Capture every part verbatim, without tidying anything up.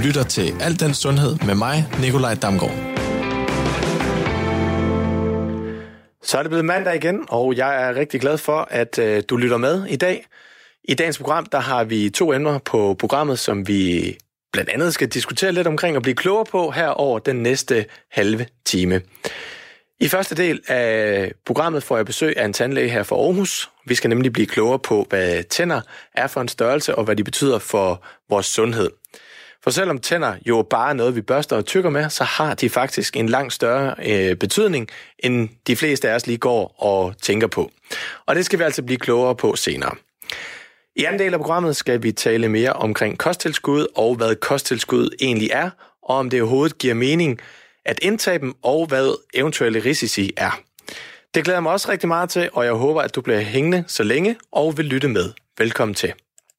lytter til Al den Sundhed med mig, Nikolaj Damgaard. Så er det blevet mandag igen, og jeg er rigtig glad for, at øh, du lytter med i dag. I dagens program, der har vi to emner på programmet, som vi blandt andet skal diskutere lidt omkring og blive klogere på her over den næste halve time. I første del af programmet får jeg besøg af en tandlæge her fra Aarhus. Vi skal nemlig blive klogere på, hvad tænder er for en størrelse, og hvad de betyder for vores sundhed. For selvom tænder jo bare er noget, vi børster og tykker med, så har de faktisk en langt større øh, betydning, end de fleste af os lige går og tænker på. Og det skal vi altså blive klogere på senere. I anden del af programmet skal vi tale mere omkring kosttilskud og hvad kosttilskud egentlig er, og om det overhovedet giver mening at indtage dem, og hvad eventuelle risici er. Det glæder jeg mig også rigtig meget til, og jeg håber, at du bliver hængende så længe og vil lytte med. Velkommen til.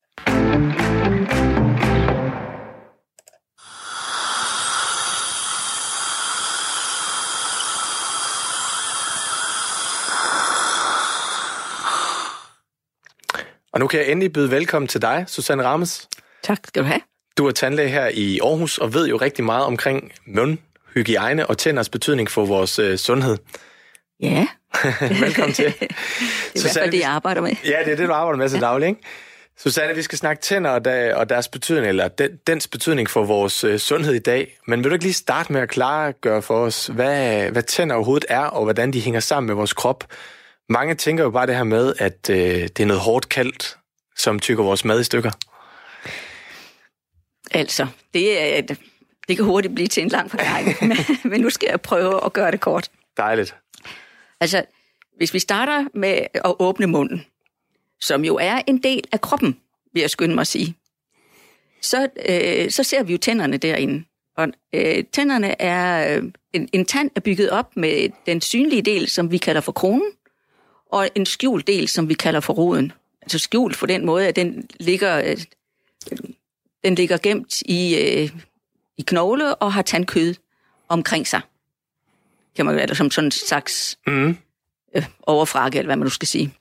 Og nu kan jeg endelig byde velkommen til dig, Susanne Rammes. Tak skal du have. Du er tandlæge her i Aarhus og ved jo rigtig meget omkring mundhygiejne og tænders betydning for vores øh, sundhed. Ja. Velkommen til. Det er i hvert fald det, jeg arbejder med. Ja, det er det, du arbejder med til daglig, ikke? Susanne, vi skal snakke tænder og, der, og deres betydning, eller den, dens betydning for vores øh, sundhed i dag. Men vil du ikke lige starte med at klargøre for os, hvad, hvad tænder overhovedet er, og hvordan de hænger sammen med vores krop? Mange tænker jo bare det her med, at øh, det er noget hårdt kaldt, som tykker vores mad i stykker. Altså, det, er, det kan hurtigt blive til en lang forklaring, men nu skal jeg prøve at gøre det kort. Dejligt. Altså, hvis vi starter med at åbne munden, som jo er en del af kroppen, vil jeg skynde mig at sige, så, øh, så ser vi jo tænderne derinde. Og øh, tænderne er, øh, en, en tand er bygget op med den synlige del, som vi kalder for kronen, og en skjult del, som vi kalder for roden. Altså skjult på den måde, at den ligger, øh, den ligger gemt i, øh, i knogle og har tandkød omkring sig. Kan man være som sådan en slags mm. øh, overfrakke, eller hvad man nu skal sige.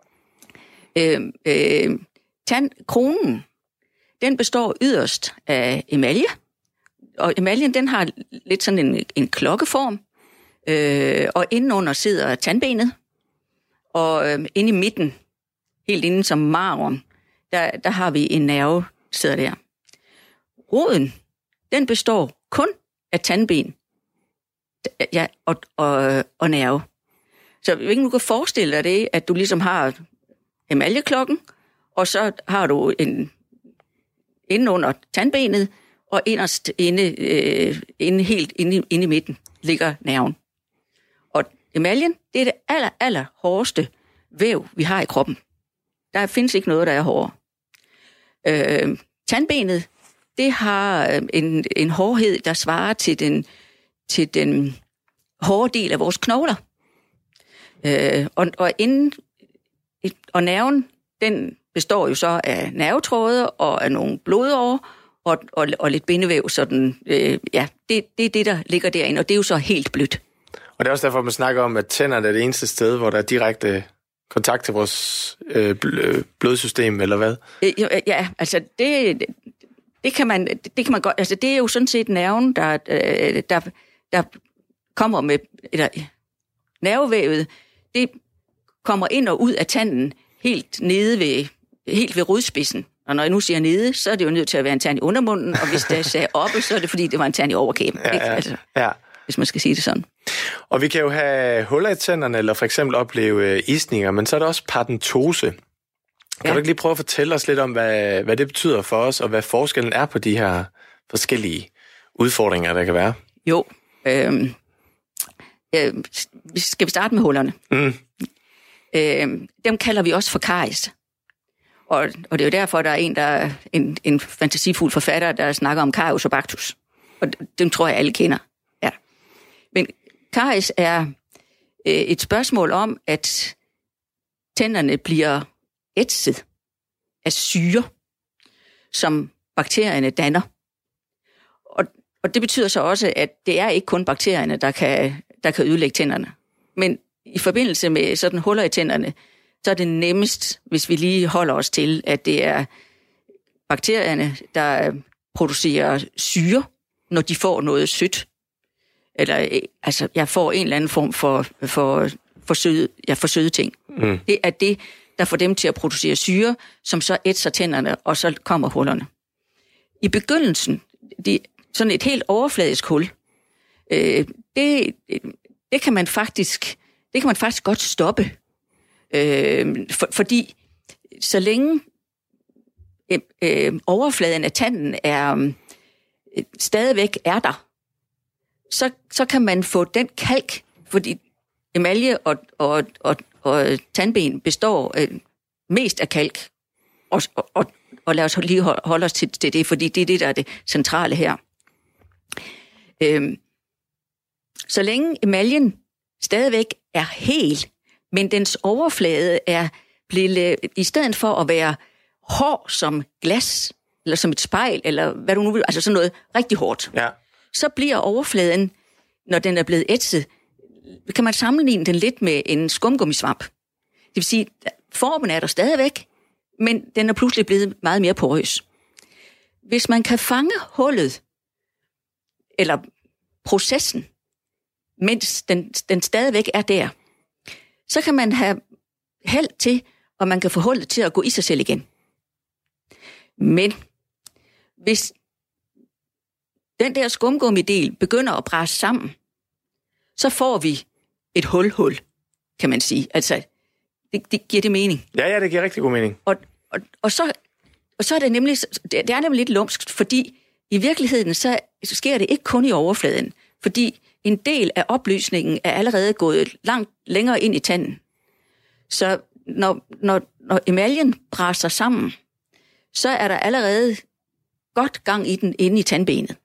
Øh, øh, tandkronen, den består yderst af emalje, og emaljen, den har lidt sådan en, en klokkeform, øh, og indenunder sidder tandbenet, og øh, inde i midten, helt inde som marven, der, der har vi en nerve, der sidder der. Roden, den består kun af tandben, ja, og, og, og nerve. Så hvis du kan forestille dig det, at du ligesom har emaljeklokken, og så har du en inde under tandbenet, og inderst inde, øh, inde helt inde, inde i midten ligger nerven. Og emaljen, det er det aller, aller hårdeste væv, vi har i kroppen. Der findes ikke noget, der er hårdere. Øh, tandbenet, det har en, en hårdhed, der svarer til den, til den hårde del af vores knogler. Øh, og, og, inden, og nerven, den består jo så af nervetråde og af nogle blodårer og, og, og lidt bindevæv. Sådan, øh, ja, det, det er det, der ligger derinde, og det er jo så helt blødt. Og det er også derfor, man snakker om, at tænderne er det eneste sted, hvor der er direkte kontakt til vores øh, blodsystem, eller hvad? Øh, ja, altså det, det, kan man, det kan man godt... Altså det er jo sådan set nerven, der, øh, der, der kommer med... Eller, nervevævet, det kommer ind og ud af tanden helt nede ved, helt ved rodspidsen. Og når jeg nu siger nede, så er det jo nødt til at være en tand i undermunden, og hvis det sagde oppe, så er det fordi, det var en tand i overkæben. Ja, ikke? ja, Altså, ja. Hvis man skal sige det sådan. Og vi kan jo have huller i tænderne, eller for eksempel opleve isninger, men så er der også paradentose. Kan ja. du ikke lige prøve at fortælle os lidt om, hvad, hvad det betyder for os, og hvad forskellen er på de her forskellige udfordringer, der kan være? Jo, øh, øh, skal vi starte med hullerne? Mm. Øh, dem kalder vi også for karies. Og, og det er jo derfor, der er en, der en, en fantasifuld forfatter, der snakker om Carius og Bacchus. Og dem tror jeg, alle kender. Ja. Men karies er øh, et spørgsmål om, at tænderne bliver ætset af syre, som bakterierne danner. Og, og det betyder så også, at det er ikke kun bakterierne, der kan, der kan ødelægge tænderne. Men i forbindelse med sådan huller i tænderne, så er det nemmest, hvis vi lige holder os til, at det er bakterierne, der, producerer syre, når de får noget sødt. Eller altså, jeg får en eller anden form for, for, for, søde, ja, for søde ting. Mm. Det er det, der får dem til at producere syre, som så ætser tænderne, og så kommer hullerne. I begyndelsen, de, sådan et helt overfladisk hul, øh, det, det, kan man faktisk, det kan man faktisk godt stoppe. Øh, for, fordi så længe øh, øh, overfladen af tanden er, øh, stadigvæk er der, så, så kan man få den kalk, fordi emalje og, og, og, og tandben består øh, mest af kalk. Og, og, og, og lad os lige holde os til, til det, fordi det er det, der er det centrale her. Øh, så længe emaljen stadigvæk er hel, men dens overflade er blevet, i stedet for at være hård som glas, eller som et spejl, eller hvad du nu vil, altså sådan noget rigtig hårdt, ja. Så bliver overfladen, når den er blevet ætset, kan man sammenligne den lidt med en skumgummisvamp. Det vil sige, formen er der stadigvæk, men den er pludselig blevet meget mere porøs. Hvis man kan fange hullet, eller processen, mens den, den stadigvæk er der, så kan man have held til, og man kan få hullet til at gå i sig selv igen. Men hvis den der skumgummidel begynder at brase sammen, så får vi et hul-hul, kan man sige. Altså, det, det giver det mening. Ja, ja, det giver rigtig god mening. Og, og, og, så, og så er det nemlig, det er nemlig lidt lumsk, fordi i virkeligheden, så sker det ikke kun i overfladen, fordi en del af opløsningen er allerede gået langt længere ind i tanden. Så når, når, når emaljen braser sammen, så er der allerede godt gang i den inde i tandbenet.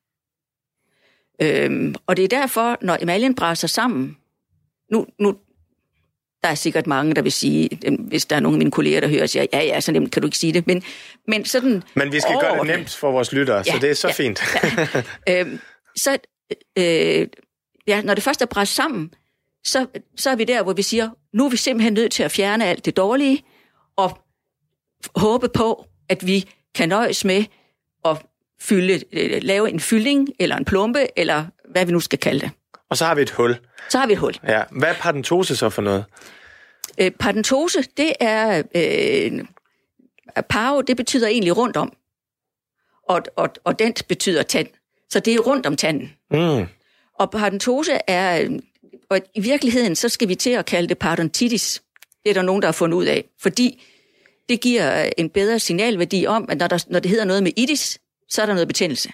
Øhm, og det er derfor, når emaljen braser sammen, nu, nu der er sikkert mange, der vil sige, hvis der er nogle af mine kolleger, der hører, siger, ja, ja, så nemt kan du ikke sige det, men, men sådan... Men vi skal gøre det nemt for vores lyttere, ja, så det er så ja, fint. Ja. øhm, så, øh, ja, når det først er braset sammen, så, så er vi der, hvor vi siger, nu er vi simpelthen nødt til at fjerne alt det dårlige, og håbe på, at vi kan nøjes med at fylde, lave en fyldning, eller en plumpe, eller hvad vi nu skal kalde det. Og så har vi et hul. Så har vi et hul. Ja. Hvad er paradentose så for noget? Øh, paradentose, det er... Øh, paro, det betyder egentlig rundt om. Og, og, og dent betyder tand. Så det er rundt om tanden. Mm. Og paradentose er... Og i virkeligheden, så skal vi til at kalde det parodontitis. Det er der nogen, der har fundet ud af. Fordi det giver en bedre signalværdi om, at når, der, når det hedder noget med itis, så er der noget betændelse.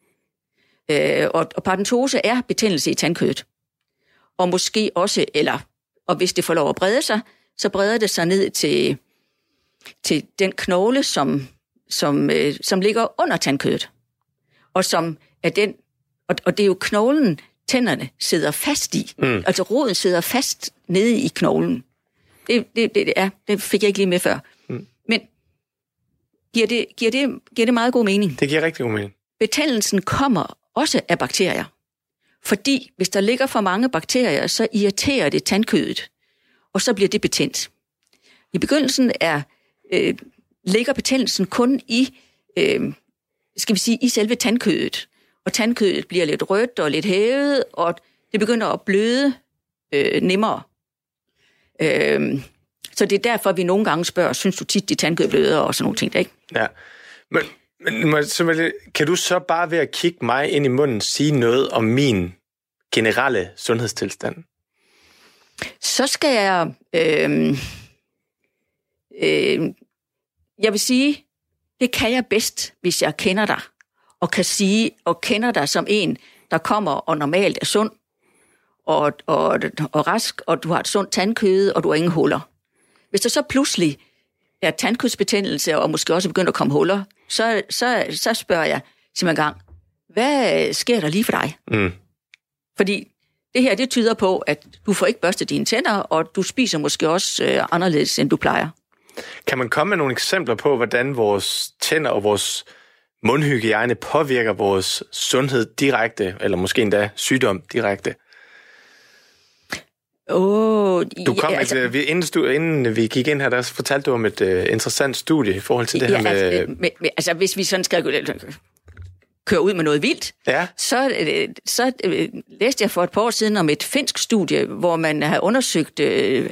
Øh, og, og paradentose er betændelse i tandkødet. Og måske også, eller, og hvis det får lov at brede sig, så breder det sig ned til, til den knogle, som, som, øh, som ligger under tandkødet. Og som er den, og, og det er jo knoglen, tænderne sidder fast i. Mm. Altså roden sidder fast nede i knoglen. Det, det, det, er, det fik jeg ikke lige med før. Mm. Men giver det, giver, det, giver det meget god mening? Det giver rigtig god mening. Betændelsen kommer også af bakterier. Fordi hvis der ligger for mange bakterier, så irriterer det tandkødet, og så bliver det betændt. I begyndelsen er, øh, ligger betændelsen kun i, øh, skal vi sige, i selve tandkødet. Og tandkødet bliver lidt rødt og lidt hævet, og det begynder at bløde øh, nemmere. Øh, så det er derfor, vi nogle gange spørger, synes du tit, de tandkød bløder og sådan nogle ting, der, ikke? Ja, men, men så, kan du så bare ved at kigge mig ind i munden sige noget om min generelle sundhedstilstand? Så skal jeg... Øh, øh, jeg vil sige, det kan jeg bedst, hvis jeg kender dig. Og kan sige, og kender dig som en, der kommer og normalt er sund og, og, og rask, og du har et sundt tandkød, og du har ingen huller. Hvis der så pludselig er tandkødsbetændelse, og måske også begynder at komme huller, så, så, så spørger jeg simpelthen gang, hvad sker der lige for dig? Mm. Fordi det her, det tyder på, at du får ikke børstet dine tænder, og du spiser måske også øh, anderledes, end du plejer. Kan man komme med nogle eksempler på, hvordan vores tænder og vores mundhygiejne påvirker vores sundhed direkte, eller måske endda sygdom direkte? Oh, du kom ja, et, altså, inden, du, inden vi gik ind her, der fortalte du om et uh, interessant studie i forhold til det ja, her med... Altså, med, med... Altså, hvis vi sådan skal... kører ud med noget vildt, ja. så, øh, så øh, læste jeg for et par år siden om et finsk studie, hvor man har undersøgt øh,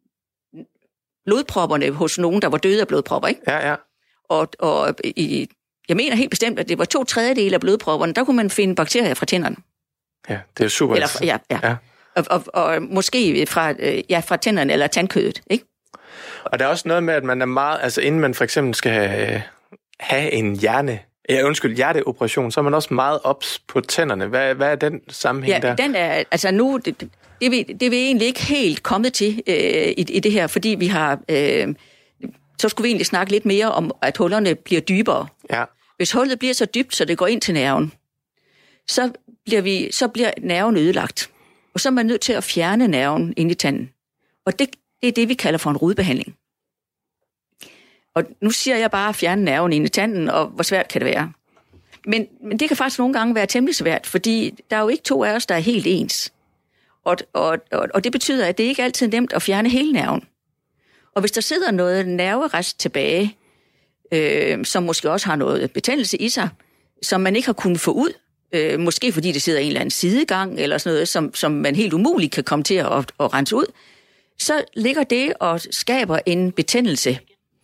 blodpropperne hos nogen, der var døde af blodpropper, ikke? Ja, ja. Og, og i, jeg mener helt bestemt, at det var to tredjedele af blodpropperne, der kunne man finde bakterier fra tænderne. Ja, det er super. Eller, ja, ja. ja. Og, og, og måske fra, ja, fra tænderne eller tandkødet, ikke? Og der er også noget med, at man er meget, altså inden man for eksempel skal have, have en hjerne, ja, undskyld, hjerteoperation, så er man også meget ops på tænderne. Hvad, hvad er den sammenhæng ja, der? Den er, altså nu, det, det, det, vi, det er vi egentlig ikke helt kommet til øh, i, i det her, fordi vi har, øh, så skulle vi egentlig snakke lidt mere om, at hullerne bliver dybere. Ja. Hvis hullet bliver så dybt, så det går ind til nerven, så bliver, vi, så bliver nerven ødelagt. Og så er man nødt til at fjerne nerven ind i tanden. Og det, det er det, vi kalder for en rodbehandling. Og nu siger jeg bare at fjerne nerven ind i tanden, og hvor svært kan det være? Men, men det kan faktisk nogle gange være temmelig svært, fordi der er jo ikke to af os, der er helt ens. Og, og, og, og det betyder, at det ikke altid er nemt at fjerne hele nerven. Og hvis der sidder noget nerverest tilbage, øh, som måske også har noget betændelse i sig, som man ikke har kunnet få ud, øh, måske fordi det sidder i en eller anden sidegang, eller sådan noget, som, som man helt umuligt kan komme til at, at, at rense ud, så ligger det og skaber en betændelse.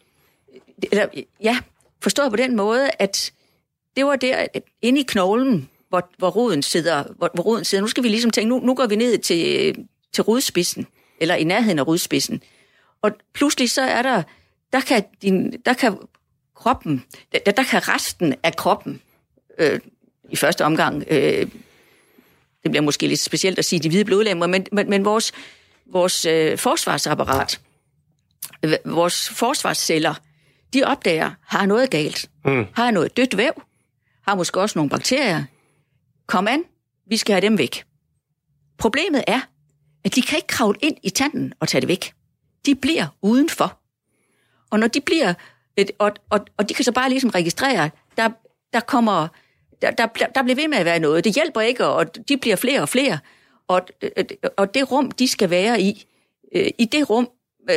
Eller, ja, forstået på den måde, at det var der inde i knoglen, hvor, hvor roden sidder, hvor, hvor roden sidder. Nu skal vi ligesom tænke, nu, nu går vi ned til, til rodspidsen, eller i nærheden af rodspidsen. Og pludselig så er der, der kan, din, der kan kroppen, der, der kan resten af kroppen, øh, i første omgang, øh, det bliver måske lidt specielt at sige de hvide blodlemmer, men, men, men vores, vores øh, forsvarsapparat, øh, vores forsvarsceller, de opdager, har noget galt, mm. har noget dødt væv, har måske også nogle bakterier. Kom an, vi skal have dem væk. Problemet er, at de kan ikke kravle ind i tanden og tage det væk. De bliver udenfor. Og når de bliver, og, og, og de kan så bare ligesom registrere, der, der kommer, der, der, der bliver ved med at være noget. Det hjælper ikke, og de bliver flere og flere. Og, og det rum, de skal være i, i det rum,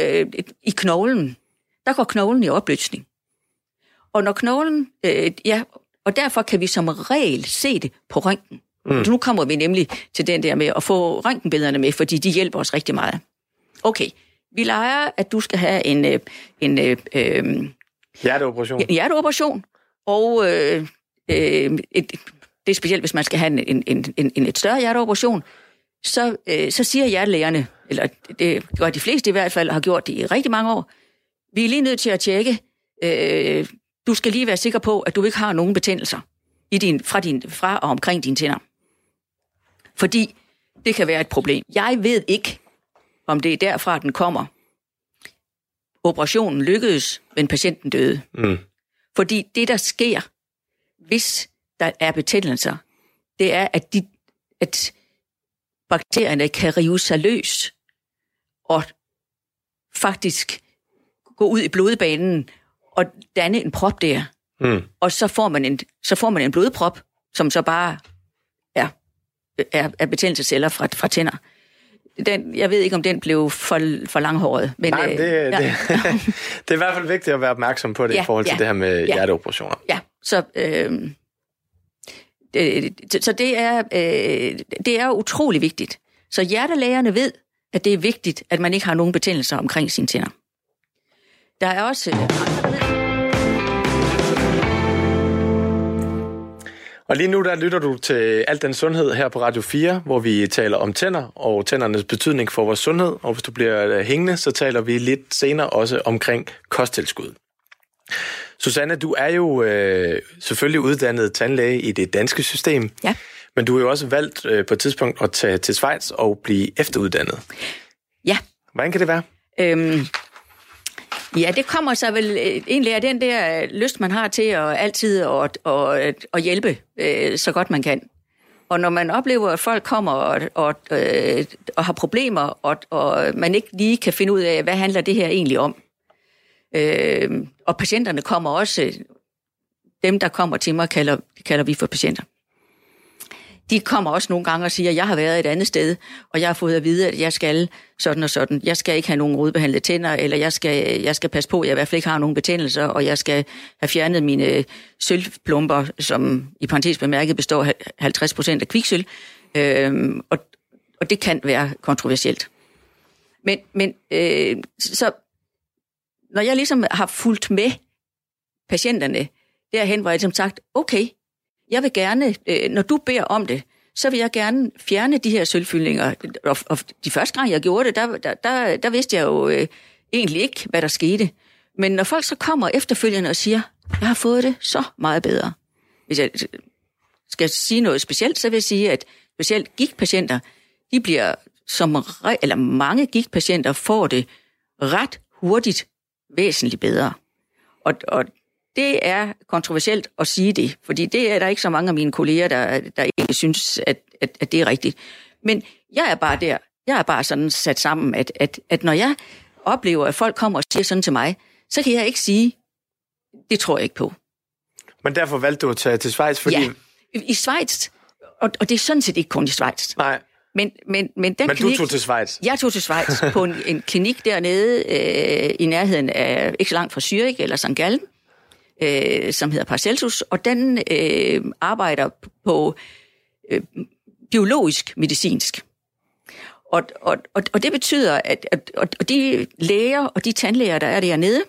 i knoglen, der går knoglen i opløsning. Og når knoglen, øh, ja, og derfor kan vi som regel se det på røntgen. Mm. Nu kommer vi nemlig til den der med at få røntgenbillederne med, fordi de hjælper os rigtig meget. Okay, vi leger, at du skal have en, en, en øh, hjerteoperation. En hjerteoperation, og øh, øh, et, det er specielt, hvis man skal have en, en, en, en et større hjerteoperation, så, øh, så siger hjertelægerne, eller det gør de fleste i hvert fald, har gjort det i rigtig mange år, vi er lige nødt til at tjekke, øh, du skal lige være sikker på, at du ikke har nogen betændelser i din, fra, din, fra og omkring dine tænder. Fordi det kan være et problem. Jeg ved ikke, om det er derfra, den kommer. Operationen lykkedes, men patienten døde. Mm. Fordi det, der sker, hvis der er betændelser, det er, at, de, at bakterierne kan rive sig løs og faktisk gå ud i blodbanen og danne en prop der. Mm. Og så får man en, så får man en blodprop, som så bare er, er, er betændelsesceller fra, fra tænder. Den, jeg ved ikke, om den blev for, for langhåret. Men, Nej, det, øh, ja. det, det er i hvert fald vigtigt at være opmærksom på det ja, i forhold til ja, det her med ja, hjerteoperationer. Ja, så, øh, det, så det, er, øh, det er utrolig vigtigt. Så hjertelægerne ved, at det er vigtigt, at man ikke har nogen betændelser omkring sine tænder. Der er også andre, der ved. Og lige nu der lytter du til Alt den Sundhed her på Radio fire, hvor vi taler om tænder og tændernes betydning for vores sundhed. Og hvis du bliver hængende, så taler vi lidt senere også omkring kosttilskud. Susanne, du er jo øh, selvfølgelig uddannet tandlæge i det danske system. Ja. Men du har jo også valgt øh, på et tidspunkt at tage til Schweiz og blive efteruddannet. Ja. Hvordan kan det være? Øhm, ja, det kommer så vel egentlig af den der lyst, man har til at altid at, at, at hjælpe øh, så godt man kan. Og når man oplever, at folk kommer og, og, øh, og har problemer, og, og man ikke lige kan finde ud af, hvad handler det her egentlig om. Øh, og patienterne kommer også, dem der kommer til mig, kalder, kalder vi for patienter. de kommer også nogle gange og siger, at jeg har været et andet sted, og jeg har fået at vide, at jeg skal sådan og sådan. Jeg skal ikke have nogen rodbehandlede tænder, eller jeg skal, jeg skal passe på, at jeg i hvert fald ikke har nogen betændelser, og jeg skal have fjernet mine sølvplumper, som i parentes bemærket består af halvtreds procent af kviksølv. Øhm, og, og det kan være kontroversielt. Men, men øh, så når jeg ligesom har fulgt med patienterne derhen, hvor jeg ligesom sagt, okay, jeg vil gerne, øh, når du beder om det, så vil jeg gerne fjerne de her sølvfyldninger. Og, og de første gang, jeg gjorde det, der, der, der, der vidste jeg jo øh, egentlig ikke, hvad der skete. Men når folk så kommer efterfølgende og siger, jeg har fået det så meget bedre. Hvis jeg skal sige noget specielt, så vil jeg sige, at specielt gigtpatienter, de bliver som re- eller mange gigtpatienter får det ret hurtigt væsentligt bedre. Og, og det er kontroversielt at sige det, fordi det er der ikke så mange af mine kolleger, der, der ikke synes, at, at, at det er rigtigt. Men jeg er bare der, jeg er bare sådan sat sammen, at, at, at når jeg oplever, at folk kommer og siger sådan til mig, så kan jeg ikke sige, det tror jeg ikke på. Men derfor valgte du at tage til Schweiz, fordi... Ja, i Schweiz, og, og det er sådan set ikke kun i Schweiz. Nej. Men, men, men, den men klinik, du tog til Schweiz? Jeg tog til Schweiz på en, en klinik dernede øh, i nærheden af, ikke så langt fra Zürich eller Sankt Gallen, øh, som hedder Paracelsus, og den øh, arbejder på øh, biologisk-medicinsk. Og, og, og, og det betyder, at, at og de læger og de tandlæger, der er dernede,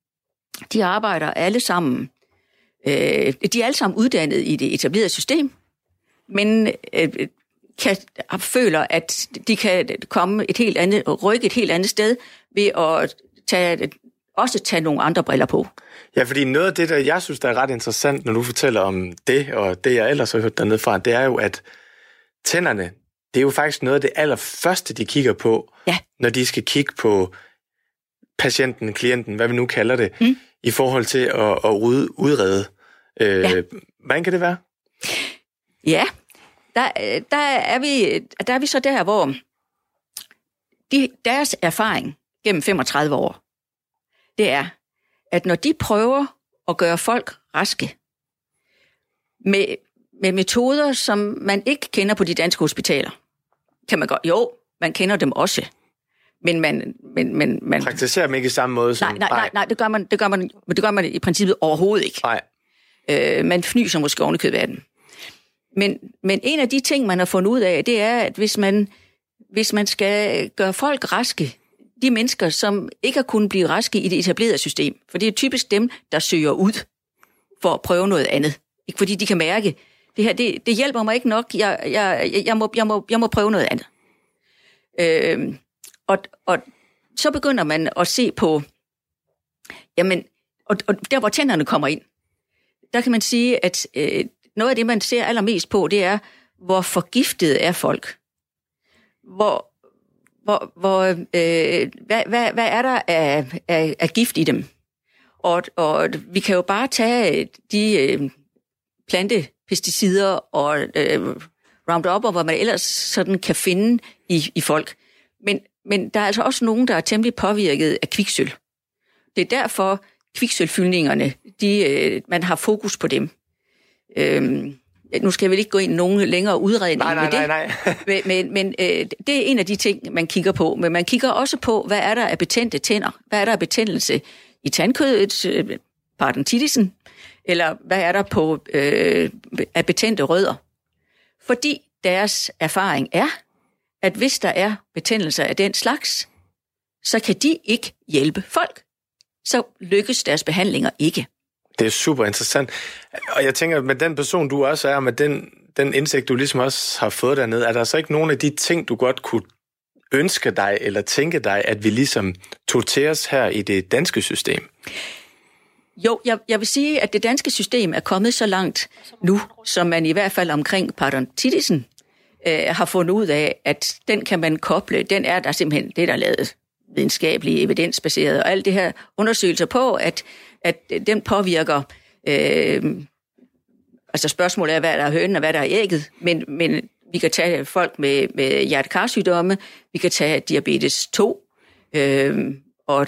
de arbejder alle sammen, øh, de er alle sammen uddannet i det etablerede system, men øh, kan, føler, at de kan komme et helt andet, rykke et helt andet sted ved at tage, også tage nogle andre briller på. Ja, fordi noget af det, der jeg synes, der er ret interessant, når du fortæller om det, og det jeg ellers har hørt dernede fra, det er jo, at tænderne, det er jo faktisk noget af det allerførste, de kigger på, ja. Når de skal kigge på patienten, klienten, hvad vi nu kalder det, mm. i forhold til at, at udrede. Øh, ja. Hvordan kan det være? Ja, der, der, er vi, der er vi så der, hvor de, deres erfaring gennem femogtredive år, det er, at når de prøver at gøre folk raske med, med metoder, som man ikke kender på de danske hospitaler, kan man godt, jo, man kender dem også, men man... Men, men, man praktiserer dem ikke i samme måde som... Nej, nej, nej, nej det, gør man, det, gør man, det gør man i princippet overhovedet ikke. Nej. Øh, man fnyser måske ovenikøbet af den. Men, men en af de ting, man har fundet ud af, det er, at hvis man, hvis man skal gøre folk raske, de mennesker, som ikke har kunnet blive raske i det etablerede system, for det er typisk dem, der søger ud for at prøve noget andet. Ikke fordi de kan mærke, det her, det, det hjælper mig ikke nok, jeg, jeg, jeg, må, jeg, må, jeg må prøve noget andet. Øh, og, og så begynder man at se på, jamen, og, og der hvor tænderne kommer ind, der kan man sige, at øh, noget af det, man ser allermest på, det er, hvor forgiftet er folk. Hvor, hvor, hvor øh, hvad, hvad, hvad er der af, af, af gift i dem? Og, og vi kan jo bare tage de øh, plantepesticider og øh, Roundup, og hvad man ellers sådan kan finde i, i folk. Men, men der er altså også nogen, der er temmelig påvirket af kviksølv. Det er derfor, kviksølvfyldningerne, de, øh, man har fokus på dem. Øhm, nu skal jeg vel ikke gå ind i nogen længere udredning nej, nej, med det, nej, nej. men, men, men øh, det er en af de ting, man kigger på. Men man kigger også på, hvad er der af betændte tænder? Hvad er der af betændelse i tandkødet, øh, parodontitisen, eller hvad er der på øh, af betændte rødder? Fordi deres erfaring er, at hvis der er betændelser af den slags, så kan de ikke hjælpe folk. Så lykkes deres behandlinger ikke. Det er super interessant. Og jeg tænker, med den person, du også er, med den, den indsigt, du ligesom også har fået dernede, er der så ikke nogen af de ting, du godt kunne ønske dig, eller tænke dig, at vi ligesom tog til os her i det danske system? Jo, jeg, jeg vil sige, at det danske system er kommet så langt nu, som man i hvert fald omkring parodontitisen øh, har fundet ud af, at den kan man koble, den er der simpelthen, det der er lavet videnskabelige, evidensbaserede, og alt det her undersøgelser på, at, at den påvirker, øh, altså spørgsmålet er, hvad der er hønen og hvad der er ægget, men, men vi kan tage folk med, med hjertekarsygdomme, vi kan tage diabetes to, øh, og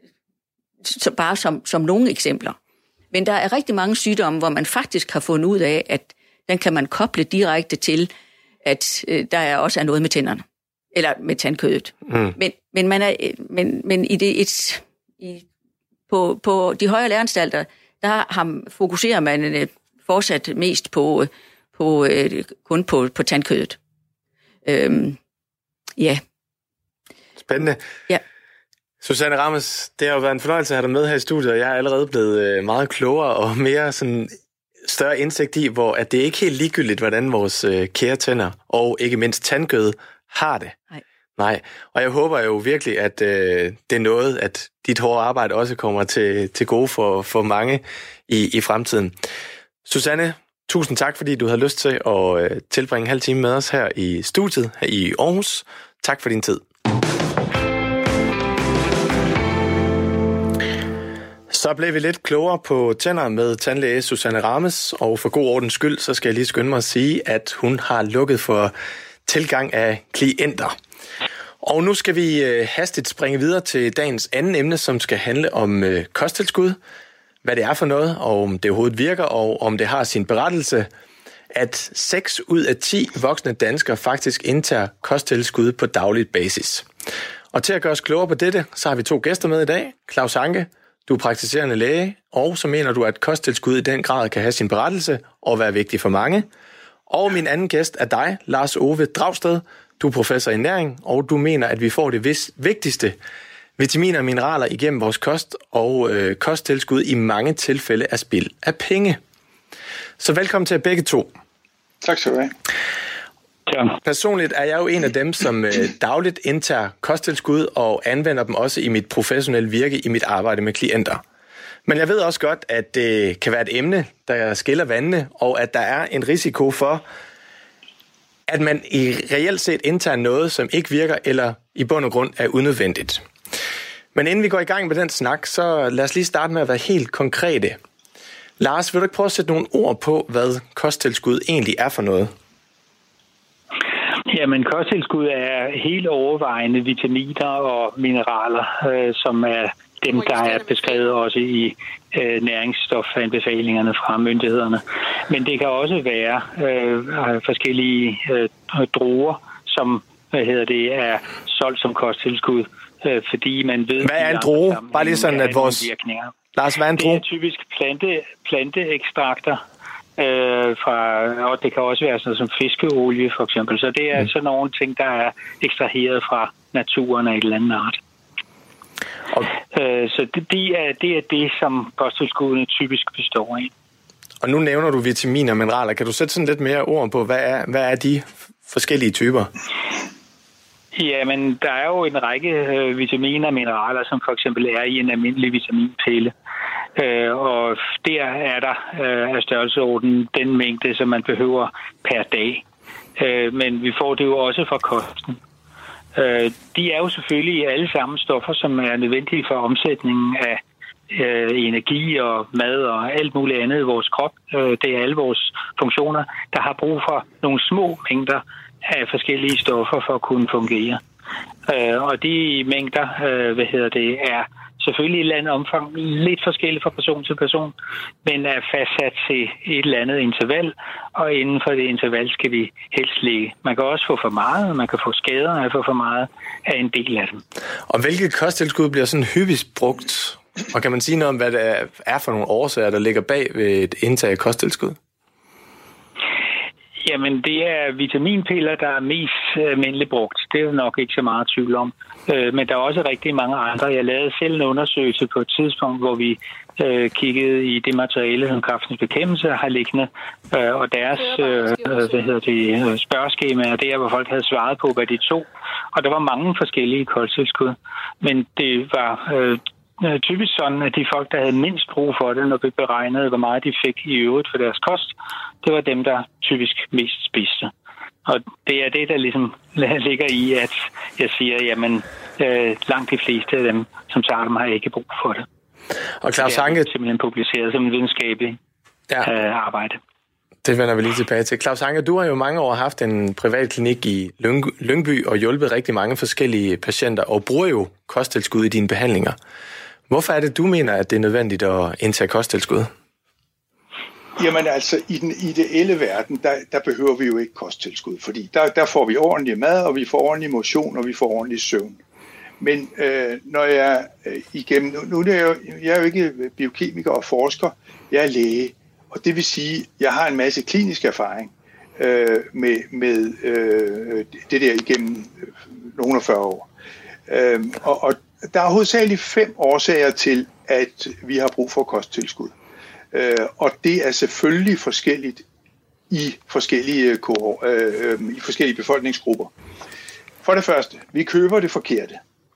så bare som, som nogle eksempler. Men der er rigtig mange sygdomme, hvor man faktisk har fundet ud af, at den kan man koble direkte til at øh, der er også er noget med tænderne. Eller med tandkødet. Mm. Men, men, man er, men, men i det, et, i, på, på de højere læreanstalter, der har, fokuserer man øh, fortsat mest på, på, øh, kun på, på tandkødet. Øhm, ja. Spændende. Ja. Susanne Rammes, det har jo været en fornøjelse at have dig med her i studiet, og jeg er allerede blevet meget klogere og mere sådan større indsigt i, hvor at det ikke helt ligegyldigt, hvordan vores øh, kære tænder og ikke mindst tandkød har det. Nej. Nej. Og jeg håber jo virkelig, at øh, det er noget, at dit hårde arbejde også kommer til, til gode for, for mange i, i fremtiden. Susanne, tusind tak, fordi du havde lyst til at øh, tilbringe en halv time med os her i studiet her i Aarhus. Tak for din tid. Så blev vi lidt klogere på tænder med tandlæge Susanne Rammes, og for god ordens skyld, så skal jeg lige skynde mig at sige, at hun har lukket for tilgang af klienter. Og nu skal vi øh, hastigt springe videre til dagens anden emne, som skal handle om øh, kosttilskud. Hvad det er for noget, og om det overhovedet virker, og om det har sin berettelse. At seks ud af ti voksne danskere faktisk indtager kosttilskud på daglig basis. Og til at gøre os klogere på dette, så har vi to gæster med i dag. Claus Anke, du er praktiserende læge, og så mener du, at kosttilskud i den grad kan have sin berettelse og være vigtig for mange. Og min anden gæst er dig, Lars Ove Dragsted. Du er professor i næring, og du mener, at vi får det vis- vigtigste vitaminer og mineraler igennem vores kost, og øh, kosttilskud i mange tilfælde er spild af penge. Så velkommen til begge to. Tak skal du have. Ja. Personligt er jeg jo en af dem, som øh, dagligt indtager kosttilskud og anvender dem også i mit professionelle virke i mit arbejde med klienter. Men jeg ved også godt, at det kan være et emne, der skiller vandene, og at der er en risiko for, at man i reelt set indtager noget, som ikke virker eller i bund og grund er unødvendigt. Men inden vi går i gang med den snak, så lad os lige starte med at være helt konkrete. Lars, vil du ikke prøve at sætte nogle ord på, hvad kosttilskud egentlig er for noget? Jamen, kosttilskud er helt overvejende vitaminer og mineraler, øh, som er dem, der er beskrevet også i øh, næringsstofanbefalingerne fra myndighederne. Men det kan også være øh, forskellige øh, druer, som hvad hedder det, er solgt som kosttilskud, øh, fordi man ved... Hvad er en droge? Bare lige sådan, at vores... Lars, hvad er en droge? Det er typisk plante, planteekstrakter, øh, fra, og det kan også være sådan noget som fiskeolie for eksempel. Så det er mm. sådan nogle ting, der er ekstraheret fra naturen af et eller andet art. Okay. Så det, det, er, det er det, som kosttilskuddene typisk består af. Og nu nævner du vitaminer og mineraler. Kan du sætte sådan lidt mere ord på, hvad er, hvad er de forskellige typer? Ja, men der er jo en række øh, vitaminer og mineraler, som for eksempel er i en almindelig vitaminpille. Øh, og der er der øh, af størrelseorden den mængde, som man behøver per dag. Øh, men vi får det jo også fra kosten. Øh, de er jo selvfølgelig alle sammen stoffer, som er nødvendige for omsætningen af øh, energi og mad og alt muligt andet i vores krop. Øh, det er alle vores funktioner, der har brug for nogle små mængder af forskellige stoffer for at kunne fungere. Øh, og de mængder, øh, hvad hedder det, er selvfølgelig i et eller andet omfang lidt forskelligt fra person til person, men er fastsat til et eller andet interval, og inden for det interval skal vi helst ligge. Man kan også få for meget, man kan få skader af at få for meget af en del af dem. Og hvilke kosttilskud bliver sådan hyppigst brugt? Og kan man sige noget om, hvad det er for nogle årsager, der ligger bag ved et indtag af kosttilskud? Jamen, det er vitaminpiller, der er mest almindeligt brugt. Det er jo nok ikke så meget tvivl om. Men der er også rigtig mange andre. Jeg lavede selv en undersøgelse på et tidspunkt, hvor vi øh, kiggede i det materiale, som Kræftens Bekæmpelse har liggende, øh, og deres øh, hvad hedder det, spørgeskemaer, der hvor folk havde svaret på, hvad de tog. Og der var mange forskellige kosttilskud. Men det var øh, typisk sådan, at de folk, der havde mindst brug for det, når vi beregnede, hvor meget de fik i øvrigt for deres kost, det var dem, der typisk mest spiste. Og det er det, der ligesom ligger i, at jeg siger, jamen øh, langt de fleste af dem, som tager dem, har ikke brug for det. Og Claus Anke... Det er simpelthen publiceret som en videnskabelig ja. øh, arbejde. Det vender vi lige tilbage til. Claus Anke, du har jo mange år haft en privat klinik i Lyngby og hjulpet rigtig mange forskellige patienter, og bruger jo kosttilskud i dine behandlinger. Hvorfor er det, du mener, at det er nødvendigt at indtage kosttilskud? Jamen altså, i den ideelle verden, der, der behøver vi jo ikke kosttilskud, fordi der, der får vi ordentlig mad, og vi får ordentlig motion, og vi får ordentlig søvn. Men øh, når jeg øh, igennem, nu, nu er jeg, jo, jeg er jo ikke biokemiker og forsker, jeg er læge, og det vil sige, jeg har en masse klinisk erfaring øh, med, med øh, det der igennem øh, nogle af fyrre år. Øh, og, og der er hovedsageligt fem årsager til, at vi har brug for kosttilskud. Øh, og det er selvfølgelig forskelligt i forskellige, øh, i forskellige befolkningsgrupper. For det første, vi køber det forkerte.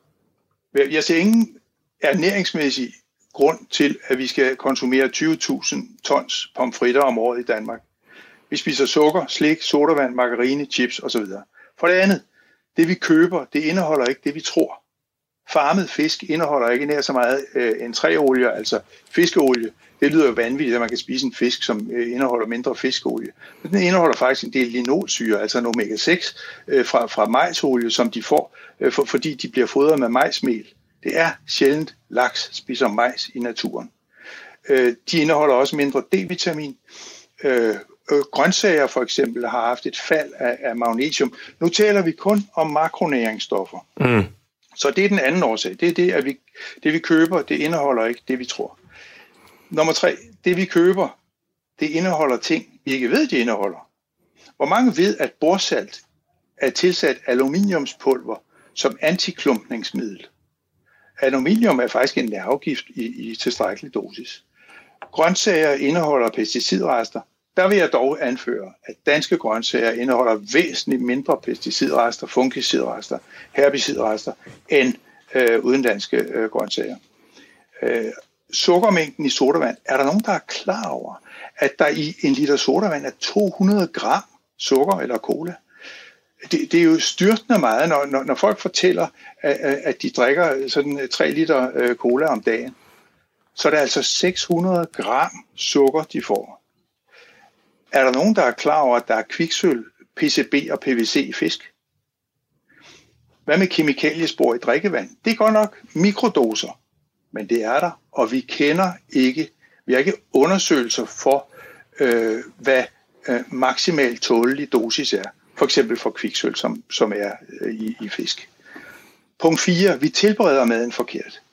Jeg ser ingen ernæringsmæssig grund til, at vi skal konsumere tyve tusind tons pomfritter om året i Danmark. Vi spiser sukker, slik, sodavand, margarine, chips osv. For det andet, det vi køber, det indeholder ikke det, vi tror. Farmet fisk indeholder ikke nær så meget øh, en træolie, altså fiskeolie. Det lyder jo vanvittigt, at man kan spise en fisk, som øh, indeholder mindre fiskeolie. Men den indeholder faktisk en del linolsyre, altså en omega seks øh, fra, fra majsolie, som de får, øh, for, fordi de bliver fodret med majsmel. Det er sjældent, laks spiser majs i naturen. Øh, de indeholder også mindre D-vitamin. Øh, øh, grøntsager for eksempel har haft et fald af, af magnesium. Nu taler vi kun om makronæringsstoffer. Mm. Så det er den anden årsag. Det er det, at vi, det vi køber, det indeholder ikke det, vi tror. Nummer tre, det vi køber, det indeholder ting, vi ikke ved, det indeholder. Hvor mange ved, at borsalt er tilsat aluminiumspulver som antiklumpningsmiddel? Aluminium er faktisk en nervegift i, i tilstrækkelig dosis. Grøntsager indeholder pesticidrester. Der vil jeg dog anføre, at danske grøntsager indeholder væsentligt mindre pesticidrester, fungicidrester, herbicidrester end øh, udenlandske øh, grøntsager. Øh, sukkermængden i sodavand, er der nogen, der er klar over, at der i en liter sodavand er to hundrede gram sukker eller cola? Det, det er jo styrtende meget, når, når, når folk fortæller, at, at de drikker sådan tre liter øh, cola om dagen. Så er det altså seks hundrede gram sukker, de får. Er der nogen, der er klar over, at der er kviksølv, P C B og P V C i fisk? Hvad med kemikaliespor i drikkevand? Det er godt nok mikrodoser, men det er der, og vi kender ikke, vi har ikke undersøgelser for, øh, hvad øh, maksimalt tålelig dosis er. For eksempel for kviksølv, som, som er øh, i, i fisk. Punkt fire. Vi tilbereder maden forkert.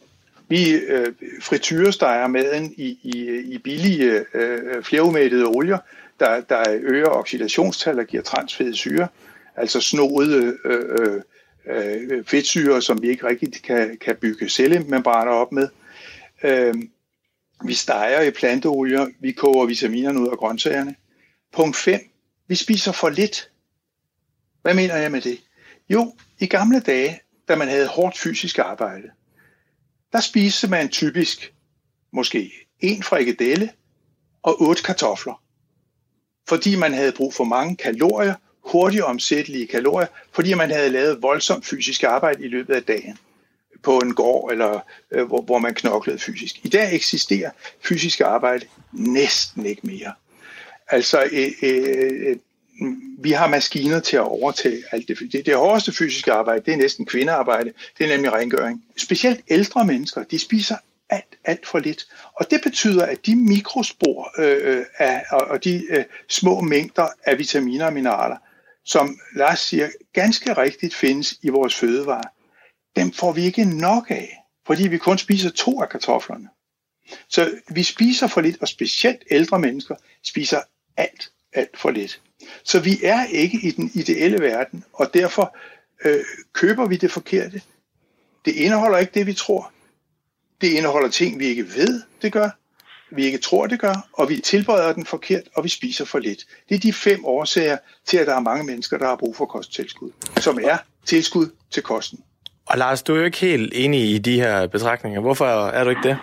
Vi øh, frityresteger maden i, i, i billige øh, flerumættede olier, der, der øger oxidationstal og giver transfede syre, altså snodede øh, øh, fedtsyre, som vi ikke rigtig kan, kan bygge cellemembraner op med. Øh, vi steger i planteolier, vi koger vitaminerne ud af grøntsagerne. Punkt fem. Vi spiser for lidt. Hvad mener jeg med det? Jo, i gamle dage, da man havde hårdt fysisk arbejde, der spiste man typisk måske en frikadelle og otte kartofler. Fordi man havde brug for mange kalorier, hurtigt omsættelige kalorier, fordi man havde lavet voldsomt fysisk arbejde i løbet af dagen på en gård, eller øh, hvor, hvor man knoklede fysisk. I dag eksisterer fysisk arbejde næsten ikke mere. Altså, øh, øh, vi har maskiner til at overtage alt det. Det, det hårdeste fysiske arbejde, det er næsten kvindearbejde, det er nemlig rengøring. Specielt ældre mennesker, de spiser alt, alt for lidt. Og det betyder, at de mikrospor øh, af, og de øh, små mængder af vitaminer og mineraler, som Lars siger, ganske rigtigt findes i vores fødevarer, dem får vi ikke nok af, fordi vi kun spiser to af kartoflerne. Så vi spiser for lidt, og specielt ældre mennesker spiser alt, alt for lidt. Så vi er ikke i den ideelle verden, og derfor øh, køber vi det forkerte. Det indeholder ikke det, vi tror. Det indeholder ting, vi ikke ved, det gør. Vi ikke tror, det gør, og vi tilbereder den forkert, og vi spiser for lidt. Det er de fem årsager til, at der er mange mennesker, der har brug for kosttilskud, som er tilskud til kosten. Og Lars, du er jo ikke helt enig i de her betragtninger. Hvorfor er du ikke det?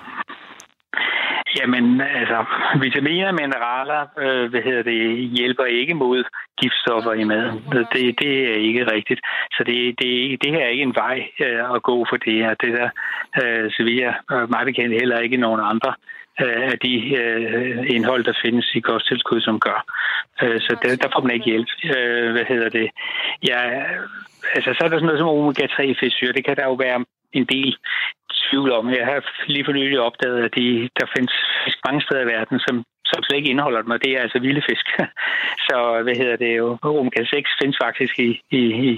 Jamen, altså, vitaminer og mineraler, øh, hvad hedder det, hjælper ikke mod giftstoffer i maden. Det, det er ikke rigtigt. Så det, det, det her er ikke en vej øh, at gå for det her. Det der, øh, så vi er meget bekendt heller ikke nogen andre øh, af de øh, indhold, der findes i kosttilskud, som gør. Øh, så der, der får man ikke hjælp. Øh, hvad hedder det? Ja, altså, så er der sådan noget som omega tre fedtsyre. Det kan der jo være en del tvivl om. Jeg har lige for nylig opdaget, at de, der findes mange steder i verden, som, som slet ikke indeholder dem, og det er altså vilde fisk. Så, hvad hedder det jo, omega seks findes faktisk i, i, i,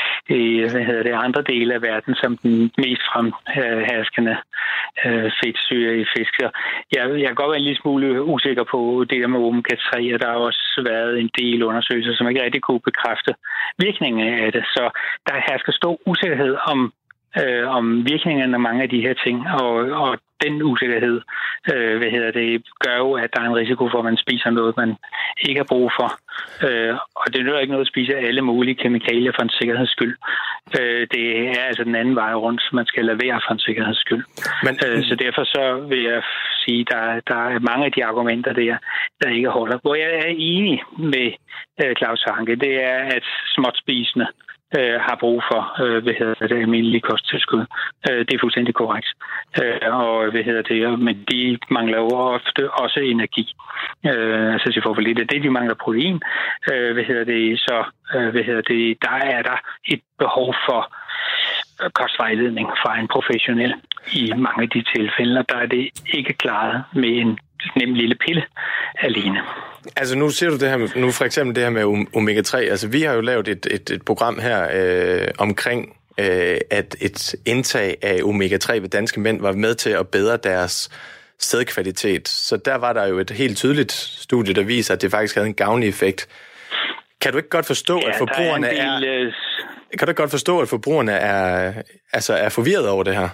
i hvad hedder det, andre dele af verden som den mest fremherskende øh, fedtsyre i fisk. Så jeg, jeg kan godt være en lille smule usikker på det der med omega tre, og der har også været en del undersøgelser, som ikke rigtig kunne bekræfte virkningen af det. Så der hersker stor usikkerhed om Øh, om virkningerne af mange af de her ting, og, og den usikkerhed, øh, hvad hedder det, gør jo, at der er en risiko for, at man spiser noget, man ikke har brug for. Øh, og det nytter ikke noget at spise alle mulige kemikalier for en sikkerheds skyld. Øh, det er altså den anden vej rundt, man skal lade være for en sikkerheds skyld. Men, øh, så derfor så vil jeg sige, at der, der er mange af de argumenter der, der ikke holder. Hvor jeg er enig med øh, Claus Hanke, det er, at småtspisende Øh, har brug for, øh, hvad hedder det, almindelige kosttilskud. Øh, det er fuldstændig korrekt. Øh, og hvad hedder det, men de mangler jo ofte også energi. Øh, altså de får for lidt af det, de mangler protein. Øh, hvad hedder det, så øh, hvad hedder det, der er der et behov for kostvejledning fra en professionel i mange af de tilfælde, og der er det ikke klaret med en nem lille pille alene. Altså nu siger du det her med, nu for eksempel det her med omega tre. Altså vi har jo lavet et, et, et program her øh, omkring, øh, at et indtag af omega tre ved danske mænd var med til at bedre deres sædkvalitet. Så der var der jo et helt tydeligt studie, der viser, at det faktisk havde en gavnlig effekt. Kan du ikke godt forstå, ja, at forbrugerne er, en del... er kan du ikke godt forstå, at forbrugerne er altså er forvirret over det her?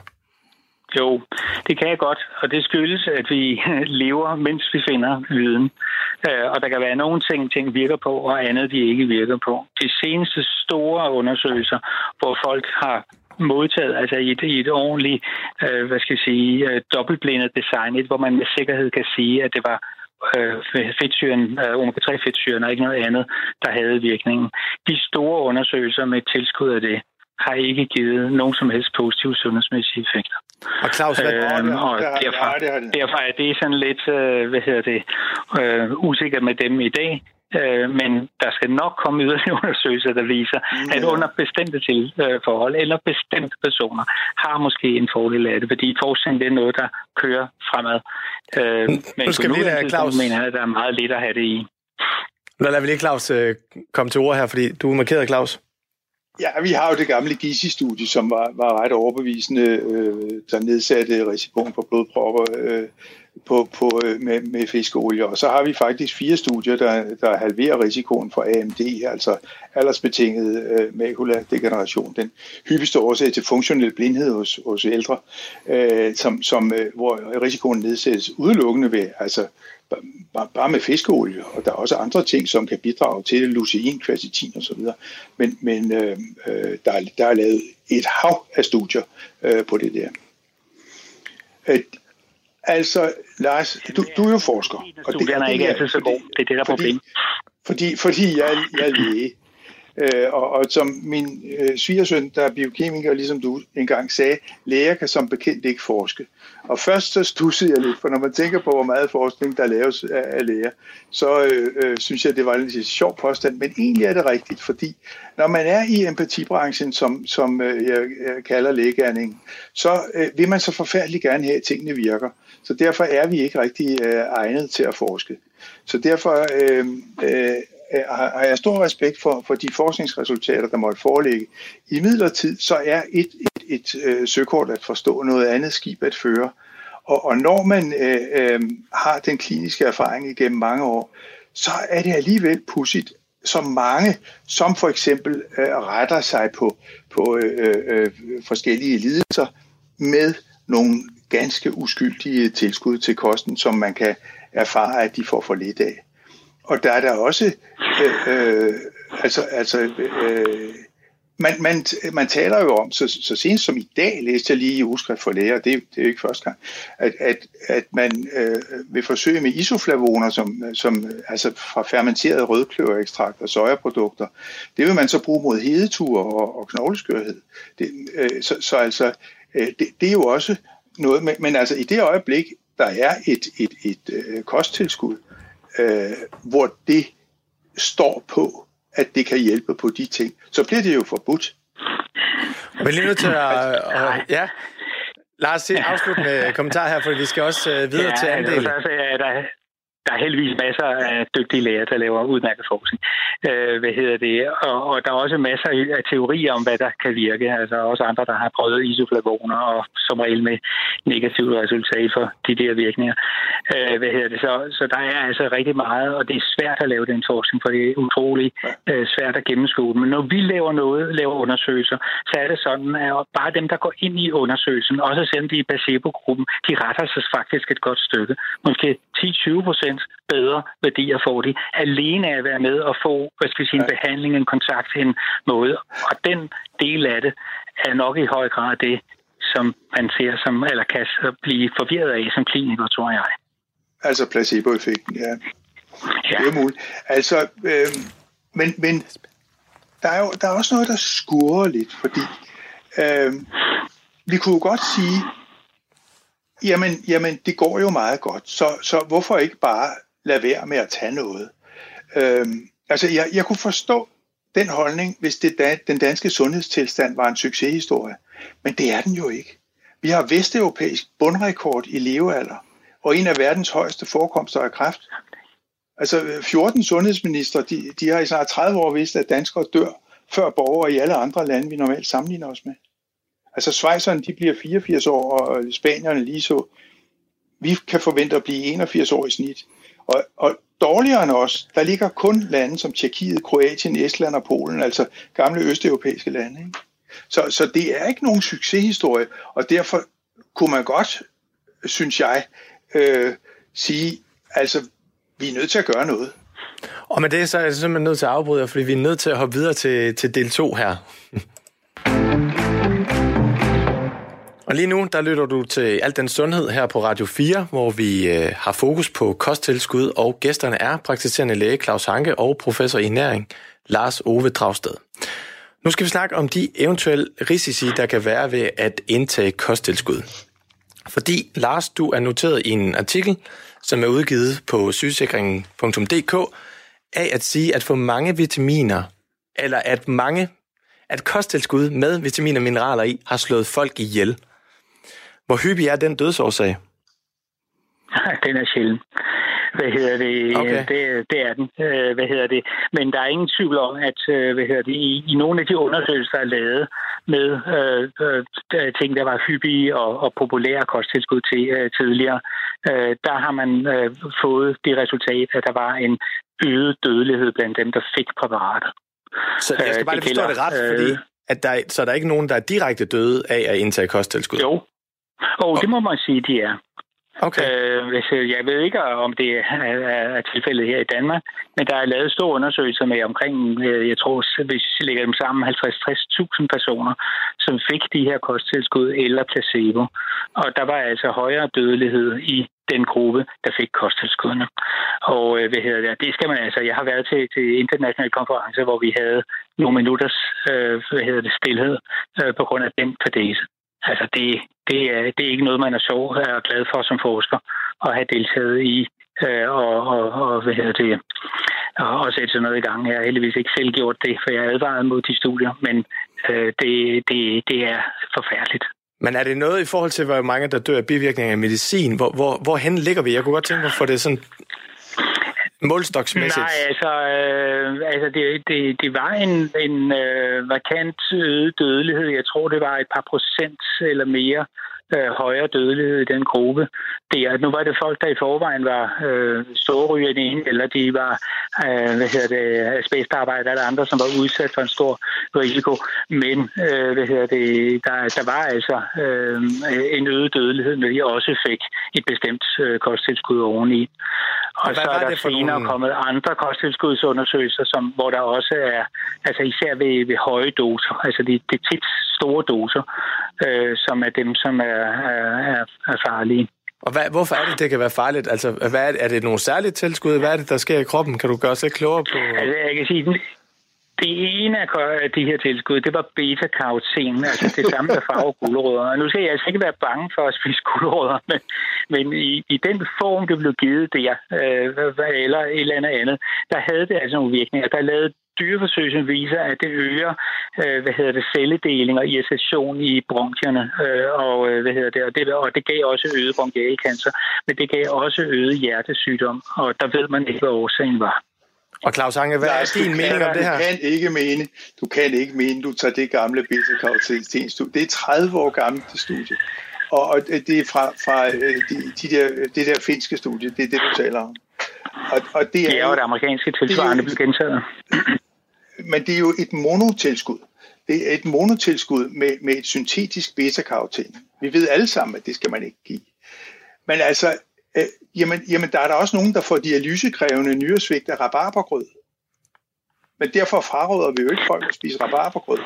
Jo, det kan jeg godt, og det skyldes, at vi lever, mens vi finder viden. Og der kan være nogle ting, ting virker på, og andet, de ikke virker på. De seneste store undersøgelser, hvor folk har modtaget, altså i et, i et ordentligt, øh, hvad skal jeg sige, dobbeltblindet design, hvor man med sikkerhed kan sige, at det var øh, fedtsyren, øh, omega tre fedtsyren og ikke noget andet, der havde virkningen. De store undersøgelser med tilskud af det, har ikke givet nogen som helst positive sundhedsmæssige effekter. Og Claus, hvad øhm, og derfor, derfor er det sådan lidt, øh, hvad hedder det, øh, usikkert med dem i dag. Øh, men der skal nok komme yderligere undersøgelser, der viser, ja. at under bestemte tilforhold eller bestemte personer har måske en fordel af det, fordi forskning det er noget, der kører fremad. Øh, men nu skal vi lige, Claus, mener jeg, at der er meget lidt at have det i. Nu lader vi lige Claus øh, komme til ord her, fordi du er markeret, Claus. Ja, vi har jo det gamle Gysi-studie, som var, var ret overbevisende, øh, der nedsatte risikoen for blodpropper øh, på, på, med, med fiskeolie. Og så har vi faktisk fire studier, der, der halverer risikoen for A M D, altså aldersbetinget øh, makuladegeneration, den hyppigste årsag til funktionel blindhed hos, hos ældre, øh, som, som, øh, hvor risikoen nedsættes udelukkende ved, altså bare med fiskeolie, og der er også andre ting, som kan bidrage til lutein, quercetin og så videre. Men, men øh, der, er, der er lavet et hav af studier øh, på det der. Øh, altså, Lars, du, du er jo forsker. Og det, det er ikke altid så god. Det er det, der er problem. Fordi, fordi jeg, jeg er læge. Øh, og, og som min øh, svigersøn, der er biokemiker, ligesom du engang sagde, læger kan som bekendt ikke forske. Og først så stussede jeg lidt, for når man tænker på, hvor meget forskning der laves af, af læger, så øh, øh, synes jeg, det var en lidt sjov påstand. Men egentlig er det rigtigt, fordi når man er i empatibranchen, som, som øh, jeg, jeg kalder lægegerningen, så øh, vil man så forfærdeligt gerne have, at tingene virker. Så derfor er vi ikke rigtig øh, egnet til at forske. Så derfor øh, øh, har jeg stor respekt for, for de forskningsresultater, der måtte foreligge. I midlertid så er et, et, et, et søkort at forstå, noget andet skib at føre. Og, og når man øh, øh, har den kliniske erfaring igennem mange år, så er det alligevel pudsigt, så mange, som for eksempel øh, retter sig på, på øh, øh, forskellige lidelser med nogle ganske uskyldige tilskud til kosten, som man kan erfare, at de får for lidt af. Og der er der også, øh, øh, altså, altså øh, man, man, man taler jo om, så, så sent som i dag, læste jeg lige i Ugeskrift for Læger, det, det er jo ikke første gang, at, at, at man øh, vil forsøge med isoflavoner, som, som, altså fra fermenteret rødkløverekstrakt og sojaprodukter, det vil man så bruge mod hedetur og, og knogleskørhed. Det, øh, så, så altså, øh, det, det er jo også noget, men, men altså i det øjeblik, der er et, et, et, et øh, kosttilskud, Øh, hvor det står på, at det kan hjælpe på de ting, så bliver det jo forbudt. Jeg vil lige nødt til at... Og, ja. Lars, afslut med kommentar her, for vi skal også uh, videre ja, til anden del. Altså, der, der er heldigvis masser af dygtige læger, der laver udmærket forskning. Øh, hvad hedder det? Og, og der er også masser af teorier om, hvad der kan virke. Altså også andre, der har prøvet isoflavoner, og som regel med negativt resultat for de der virkninger. Øh, hvad hedder det? Så, så der er altså rigtig meget, og det er svært at lave den forskning, for det er utroligt øh, svært at gennemskue. Men når vi laver noget, laver undersøgelser, så er det sådan, at bare dem, der går ind i undersøgelsen, også selvom de er i placebo-gruppen, de retter sig faktisk et godt stykke. Måske ti til tyve procent bedre værdier får de, alene af at være med og få, hvad skal vi sige, en behandling, en kontakt til en måde. Og den del af det er nok i høj grad det, som man ser som, eller kan blive forvirret af som kliniker, tror jeg. Altså placeboeffekten, ja. Ja. Det er muligt. Altså, øh, men, men der er jo der er også noget, der skurrer lidt, fordi øh, vi kunne jo godt sige, Jamen, jamen, det går jo meget godt, så, så hvorfor ikke bare lade være med at tage noget? Øhm, altså, jeg, jeg kunne forstå den holdning, hvis det da, den danske sundhedstilstand var en succeshistorie, men det er den jo ikke. Vi har vesteuropæisk bundrekord i levealder, og en af verdens højeste forekomster af kræft. Altså, fjorten sundhedsministre, de, de har i snart tredive år vidst, at danskere dør før borgere i alle andre lande, vi normalt sammenligner os med. Altså schweizerne, de bliver fireogfirs år, og spanierne lige så. Vi kan forvente at blive enogfirs år i snit. Og, og dårligere end os, der ligger kun lande som Tjekkiet, Kroatien, Estland og Polen, altså gamle østeuropæiske lande. Ikke? Så, så det er ikke nogen succeshistorie, og derfor kunne man godt, synes jeg, øh, sige, altså, vi er nødt til at gøre noget. Og med det, så er jeg simpelthen nødt til at afbryde, fordi vi er nødt til at hoppe videre til, til del to her. Og lige nu, der lytter du til Al den Sundhed her på Radio fire, hvor vi øh, har fokus på kosttilskud, og gæsterne er praktiserende læge Claus Hanke og professor i næring Lars Ove Dragsted. Nu skal vi snakke om de eventuelle risici, der kan være ved at indtage kosttilskud. Fordi, Lars, du er noteret i en artikel, som er udgivet på sygesikringen punktum d k, af at sige, at for mange vitaminer, eller at mange, at kosttilskud med vitaminer og mineraler i, har slået folk ihjel. Hvor hyppig er den dødsårsag? Den er sjælden. Hvad hedder det? Okay. det? Det er den. Hvad hedder det? Men der er ingen tvivl om, at hvad hedder det, i, i nogle af de undersøgelser, der er lavet med øh, ting, der var hyppige og, og populære kosttilskud til øh, tidligere, øh, der har man øh, fået det resultat, at der var en øget dødelighed blandt dem, der fik præparatet. Så jeg skal bare lige forstå det ret, fordi at der, så er der ikke nogen, der er direkte døde af at indtage kosttilskud? Jo. Og oh, det må man sige, de er. Okay. Øh, hvis, jeg ved ikke, om det er, er tilfældet her i Danmark, men der er lavet store undersøgelser med omkring, jeg tror, hvis vi lægger dem sammen, halvtreds til tres tusind personer, som fik de her kosttilskud eller placebo. Og der var altså højere dødelighed i den gruppe, der fik kosttilskuddene. Og hvad hedder det? Det skal man altså. Jeg har været til, til internationale konferencer, hvor vi havde nogle minutters øh, hvad hedder det, stilhed øh, på grund af den fadese. Altså, det, det, er, det er ikke noget, man er så er glad for som forsker at have deltaget i øh, og, og, og, hvad hedder det, og, og sætte sådan noget i gang. Jeg har heldigvis ikke selv gjort det, for jeg er advaret mod de studier, men øh, det, det, det er forfærdeligt. Men er det noget i forhold til, hvor mange der dør af bivirkninger af medicin? Hvor, hvor, hvorhen ligger vi? Jeg kunne godt tænke mig for det sådan målstoksmæssigt. Nej, altså, øh, altså det, det, det var en, en øh, markant øget dødelighed. Jeg tror, det var et par procent eller mere øh, højere dødelighed i den gruppe. Det, nu var det folk, der i forvejen var øh, storrygende, eller de var øh, hvad hedder det, asbestarbejdere eller andre, som var udsat for en stor risiko. Men øh, hvad hedder det, der, der var altså øh, en øget dødelighed, når de også fik et bestemt øh, kosttilskud oveni. Og, og så er der senere nogle... kommet andre kosttilskudsundersøgelser, som, hvor der også er, altså især ved, ved høje doser, altså det de er tit store doser, øh, som er dem, som er, er, er farlige. Og hvad, hvorfor er det, det kan være farligt? Altså, hvad er, det, er det nogle særlige tilskud? Hvad er det, der sker i kroppen? Kan du gøre os lidt klogere på? Altså, jeg kan sige, det ene af de her tilskud, det var beta-karoten, altså det samme, der farver gulerødder. Og nu skal jeg altså ikke være bange for at spise gulerødder, men, men i, i den form, det blev givet der, øh, eller et eller andet andet, der havde det altså nogle virkninger. Der lavede dyreforsøg, som viser, at det øger, øh, hvad hedder det, celledeling og irritation i bronkierne, øh, og øh, hvad hedder det, og det, og det gav også øget bronkialcancer, men det gav også øget hjertesygdom, og der ved man ikke, hvad årsagen var. Og Claus Ange, hvad Lars, er din mening om det her? Du kan ikke mene, du kan ikke mene, du tager det gamle beta-karoten-studie. Det er tredive år gammelt, det studie. Og, og det er fra, fra de, de der, det der finske studie, det er det, du taler om. Og, og det, det er jo det amerikanske tilsvarende blev gentaget. Men det er jo et monotilskud. Det er et monotilskud med, med et syntetisk beta-karoten. Vi ved alle sammen, at det skal man ikke give. Men altså, øh, jamen, jamen, der er der også nogen, der får dialysekrævende nyresvigt af rabarbergrød. Men derfor fraråder vi jo ikke folk at spise rabarbergrød.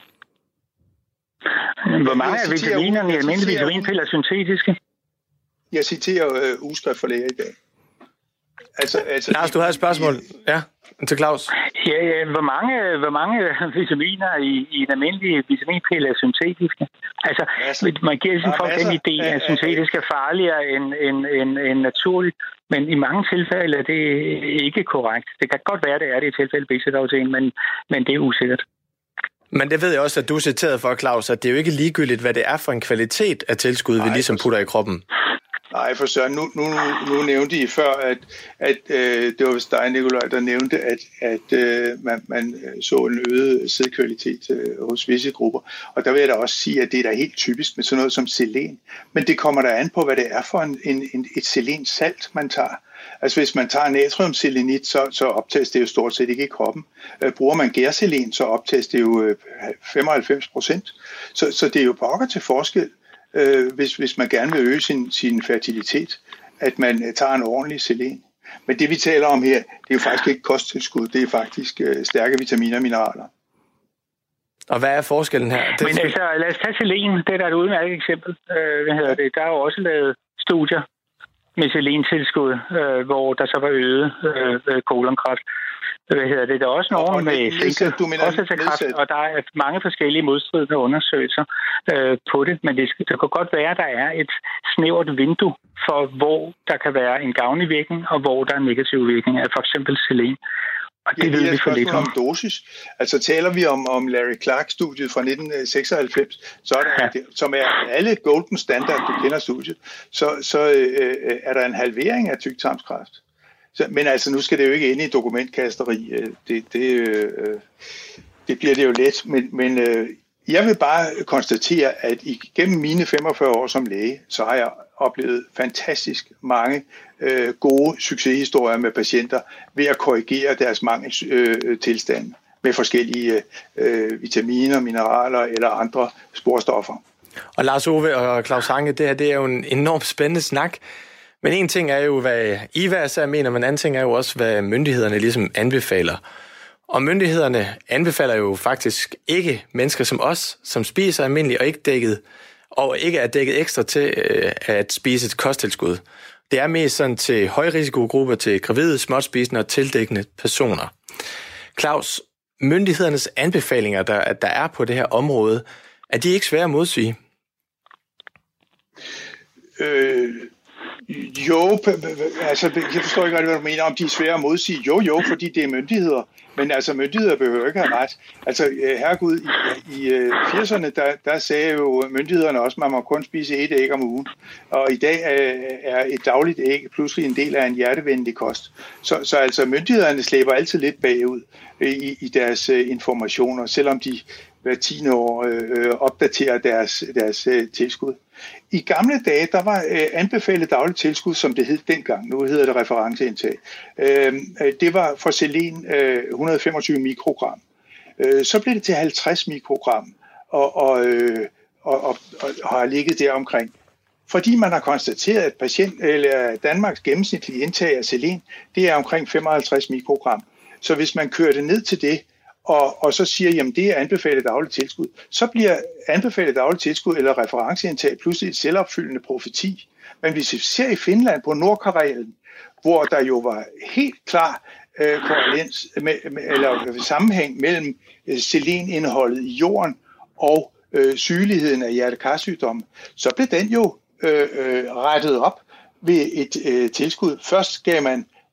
Hvor mange af vitaminerne i almindelige vitaminpiller er syntetiske? Jeg citerer øh, ugeskrift for læger i dag. Altså, altså, Lars, du havde et spørgsmål. Ja, til Claus. Ja, ja, hvor mange, hvor mange vitaminer i, i en almindelig vitaminpille er syntetiske? Altså, altså man giver sådan folk den idé, at syntetisk er farligere end, end, end, end naturligt, men i mange tilfælde er det ikke korrekt. Det kan godt være, det er det i tilfælde beta-karoten, men, men det er usikkert. Men det ved jeg også, at du er citeret for, Claus, at det er jo ikke ligegyldigt, hvad det er for en kvalitet af tilskud, vi ligesom putter i kroppen. Nej, for Søren, nu, nu, nu nævnte I før, at, at øh, det var vist dig, Nikolaj, der nævnte, at, at øh, man, man så en øget sædkvalitet øh, hos visse grupper. Og der vil jeg da også sige, at det er da helt typisk med sådan noget som selen. Men det kommer der an på, hvad det er for en, en, en, et selensalt, man tager. Altså hvis man tager natriumselenit, så, så optages det jo stort set ikke i kroppen. Øh, bruger man gærselen, så optages det jo øh, femoghalvfems procent. Så, så det er jo pokker til forskel. Øh, hvis, hvis man gerne vil øge sin, sin fertilitet, at man tager en ordentlig selen. Men det vi taler om her, det er jo faktisk ikke kosttilskud, det er faktisk øh, stærke vitaminer og mineraler. Og hvad er forskellen her? Det... Men altså, lad os tage selen, det er der et udmærket eksempel. Øh, hvad hedder det? Der er jo også lavet studier med selentilskud, øh, hvor der så var øget øh, kolonkræft. Hvad hedder det? Der er også nogen med sænket prostatakræft, og der er mange forskellige modstridende undersøgelser øh, på det, men det, det kan godt være, at der er et snævert vindue for, hvor der kan være en gavnlig virkning, og hvor der er en negativ virkning af for eksempel selen. Og det ja, ved vi for lidt om. om dosis. Altså taler vi om, om Larry Clark-studiet fra nitten seksoghalvfems, så er der, ja. det, som er alle golden standard, du kender studiet, så, så øh, er der en halvering af tyktarmskræft. Så, men altså, nu skal det jo ikke ende i dokumentkasteri. Det, det, øh, det bliver det jo let. Men, men øh, jeg vil bare konstatere, at igennem mine femogfyrre år som læge, så har jeg oplevet fantastisk mange øh, gode succeshistorier med patienter ved at korrigere deres mangeltilstand øh, med forskellige øh, vitaminer, mineraler eller andre sporstoffer. Og Lars Ove og Claus Ange, det her det er jo en enormt spændende snak. Men en ting er jo, hvad I hver især mener, men anden ting er jo også, hvad myndighederne ligesom anbefaler. Og myndighederne anbefaler jo faktisk ikke mennesker som os, som spiser almindeligt og ikke dækket, og ikke er dækket ekstra til øh, at spise et kosttilskud. Det er mest sådan til højrisikogrupper, til gravide, småtspisende og tildækkende personer. Claus, myndighedernes anbefalinger, der, der er på det her område, er de ikke svære at modsige? Øh... Jo, altså jeg forstår ikke rigtig, hvad du mener, om de er svære at modsige. Jo, jo, fordi det er myndigheder. Men altså myndigheder behøver ikke have ret. Altså herregud, i, i firserne, der, der sagde jo myndighederne også, at man må kun spise et æg om ugen. Og i dag er et dagligt æg pludselig en del af en hjertevenlig kost. Så, så altså myndighederne slæber altid lidt bagud i, i deres informationer, selvom de hver tiende år øh, opdaterer deres, deres øh, tilskud. I gamle dage, der var øh, anbefalet dagligt tilskud, som det hed dengang. Nu hedder det referenceindtag. Øh, det var for selen øh, et hundrede og femogtyve mikrogram. Øh, så blev det til halvtreds mikrogram, og, og, øh, og, og, og har ligget der omkring. Fordi man har konstateret, at patient, eller Danmarks gennemsnitlige indtag af selen, det er omkring femoghalvtreds mikrogram. Så hvis man kører det ned til det, Og, og så siger, jamen det er anbefalet dagligt tilskud, så bliver anbefalet dagligt tilskud eller referenceindtag pludselig et selvopfyldende profeti. Men hvis vi ser i Finland på Nordkarelen, hvor der jo var helt klar øh, korrelens med, med, eller sammenhæng mellem øh, selenindholdet i jorden og øh, sygeligheden af hjertekarsygdomme, så blev den jo øh, øh, rettet op ved et øh, tilskud. Først gav man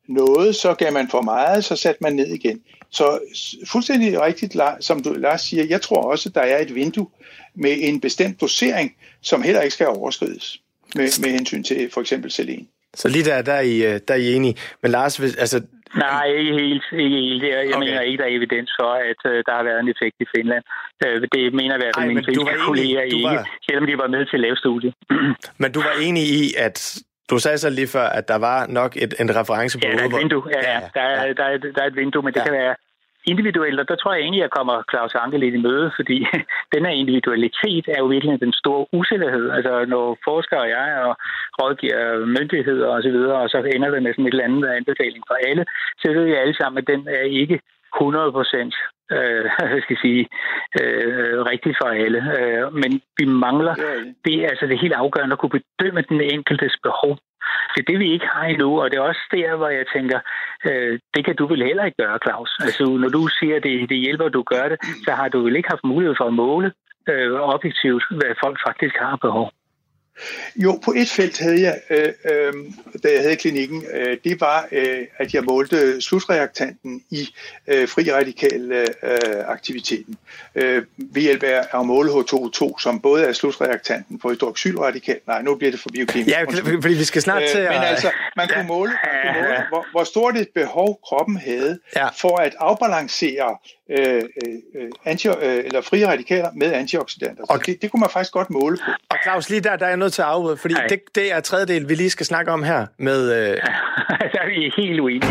noget, så gav man for meget, så satte man ned igen. Så fuldstændig rigtigt, som du, Lars siger, jeg tror også, at der er et vindue med en bestemt dosering, som heller ikke skal overskrides med, med hensyn til for eksempel selen. Så lige der, der er I, der er I enige. Men Lars, altså... Nej, ikke helt. Ikke helt. Jeg, jeg okay. mener ikke, der er evidens for, at uh, der har været en effekt i Finland. Uh, det mener i hvert fald mine finske kolleger ikke, var... selvom de var med til at lave studiet. Men du var enig i, at du sagde så lige før, at der var nok et, en reference på... Ja, der er et vindue. Ja, ja. Der, er, ja. Der, er, der er et vindue, men det ja. kan være individuelt, og der tror jeg egentlig, at jeg kommer Claus Anke lidt i møde, fordi den her individualitet er jo virkelig den store usikkerhed. Altså når forskere og jeg og rådgiver myndigheder og så videre, og så ender det med sådan et eller andet anbefaling for alle, så ved vi alle sammen, at den er ikke hundrede procent øh, skal jeg sige, øh, rigtigt for alle. Øh, men vi mangler, det er altså det helt afgørende at kunne bedømme den enkeltes behov. Det er det, vi ikke har endnu, og det er også der, hvor jeg tænker, øh, det kan du vel heller ikke gøre, Claus. Altså, når du siger, at det, det hjælper, at du gør det, så har du vel ikke haft mulighed for at måle øh, objektivt, hvad folk faktisk har behov. Jo, på et felt havde jeg, øh, øh, da jeg havde klinikken, øh, det var, øh, at jeg målte slutreaktanten i øh, fri radikal øh, aktiviteten øh, ved hjælp af at måle H to O to, som både er slutreaktanten for hydroxylradikal. Nej, nu bliver det for biokemi. Ja, fordi vi skal snart til at... Øh, men altså, man kunne måle, man kunne måle hvor, hvor stort et behov kroppen havde ja. for at afbalancere øh, øh, anti, øh, eller frie radikaler med antioxidanter. Så okay. det, det kunne man faktisk godt måle på. Og Claus, lige der, der er nødt til at afbryde, fordi det, det er tredjedel, vi lige skal snakke om her med... Øh... Der er vi helt uenige.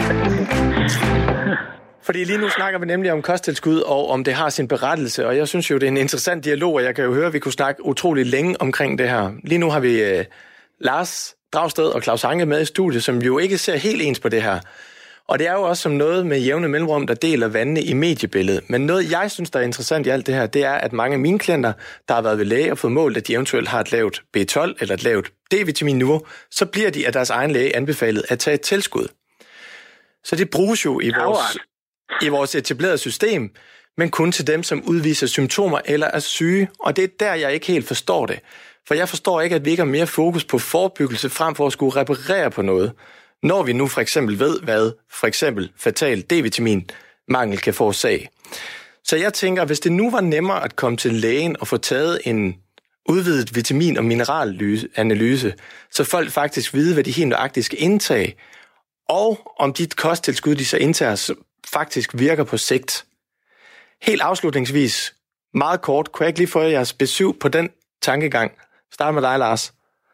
Fordi lige nu snakker vi nemlig om kosttilskud, og om det har sin berettelse, og jeg synes jo, det er en interessant dialog, og jeg kan jo høre, at vi kunne snakke utrolig længe omkring det her. Lige nu har vi øh, Lars Dragsted og Claus Anke med i studiet, som jo ikke ser helt ens på det her. Og det er jo også som noget med jævne mellemrum, der deler vandene i mediebilledet. Men noget, jeg synes, der er interessant i alt det her, det er, at mange af mine klienter, der har været ved læge og fået målt, at de eventuelt har et lavt B tolv eller et lavt D-vitaminniveau, så bliver de af deres egen læge anbefalet at tage et tilskud. Så det bruges jo i vores, i vores etablerede system, men kun til dem, som udviser symptomer eller er syge. Og det er der, jeg ikke helt forstår det. For jeg forstår ikke, at vi ikke har mere fokus på forebyggelse frem for at skulle reparere på noget. Når vi nu for eksempel ved, hvad for eksempel fatal D-vitaminmangel kan forårsage. Så jeg tænker, hvis det nu var nemmere at komme til lægen og få taget en udvidet vitamin- og mineralanalyse, så folk faktisk vide, hvad de helt nøjagtigt skal indtage, og om de kosttilskud, de så indtager, faktisk virker på sigt. Helt afslutningsvis, meget kort, kunne jeg ikke lige få jeres besøg på den tankegang? Start med dig, Lars.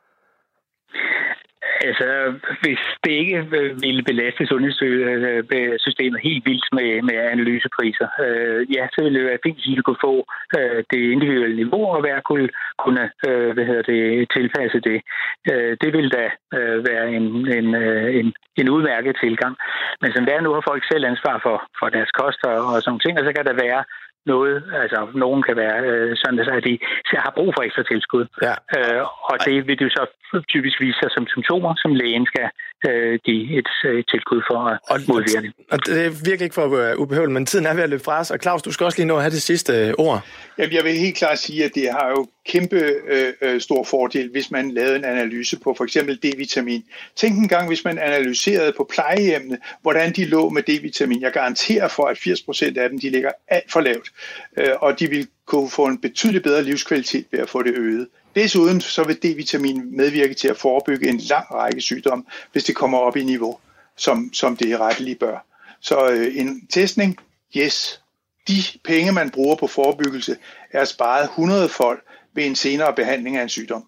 Altså, hvis det ikke ville belaste sundhedssystemet helt vildt med, med analysepriser, øh, ja, så ville det være fint, at vi kunne få øh, det individuelle niveau, og hver kunne, kunne øh, hvad hedder det, tilpasse det. Øh, det ville da øh, være en, en, en, en udmærket tilgang. Men som det er nu, har folk selv ansvar for, for deres kost og, og sådan ting, og så kan der være noget, altså nogen kan være øh, sådan, at de har brug for ekstra tilskud. Ja. Øh, og det vil jo så typisk vise sig som symptomer, som lægen skal øh, give et øh, tilskud for at modvirke. Og det er virkelig ikke for at være ubehøvlet, men tiden er ved at løbe fra os. Og Claus, du skal også lige nå at have det sidste øh, ord. Jamen, jeg vil helt klart sige, at det har jo kæmpe øh, stor fordel, hvis man lavede en analyse på for eksempel D-vitamin. Tænk en gang, hvis man analyserede på plejehjemmene, hvordan de lå med D-vitamin. Jeg garanterer for, at firs procent af dem, de ligger alt for lavt. Øh, og de vil kunne få en betydeligt bedre livskvalitet ved at få det øget. Desuden så vil D-vitamin medvirke til at forebygge en lang række sygdomme, hvis det kommer op i niveau, som, som det retteligt bør. Så øh, en testning, yes. De penge, man bruger på forebyggelse, er sparet hundrede-fold ved en senere behandling af en sygdom.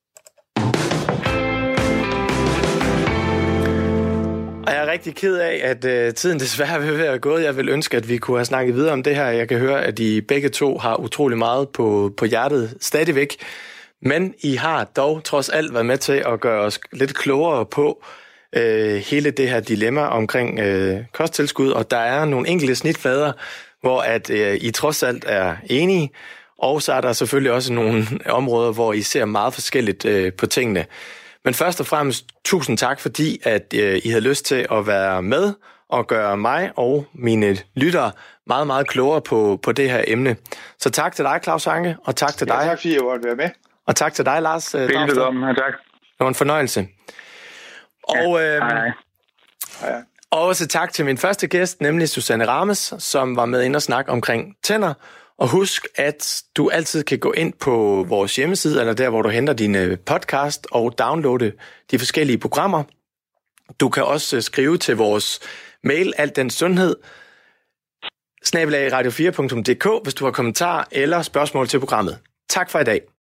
Og jeg er rigtig ked af, at øh, tiden desværre vil være gået. Jeg vil ønske, at vi kunne have snakket videre om det her. Jeg kan høre, at I begge to har utrolig meget på, på hjertet stadigvæk. Men I har dog trods alt været med til at gøre os lidt klogere på øh, hele det her dilemma omkring øh, kosttilskud. Og der er nogle enkelte snitflader, hvor at øh, I trods alt er enige. Og så er der selvfølgelig også nogle områder, hvor I ser meget forskelligt øh, på tingene. Men først og fremmest tusind tak, fordi at øh, I havde lyst til at være med og gøre mig og mine lyttere meget, meget klogere på, på det her emne. Så tak til dig, Claus Anke, og tak til dig. Ja, tak fordi jeg måtte være med. Og tak til dig, Lars. Velbekomme, og tak. Det var en fornøjelse. Og øh, Hej. Og også tak til min første gæst, nemlig Susanne Rames, som var med ind og snakke omkring tænder. Og husk, at du altid kan gå ind på vores hjemmeside, eller der, hvor du henter dine podcast, og downloade de forskellige programmer. Du kan også skrive til vores mail, alt den sundhed, snabel-a radio fire punktum d k, hvis du har kommentarer eller spørgsmål til programmet. Tak for i dag.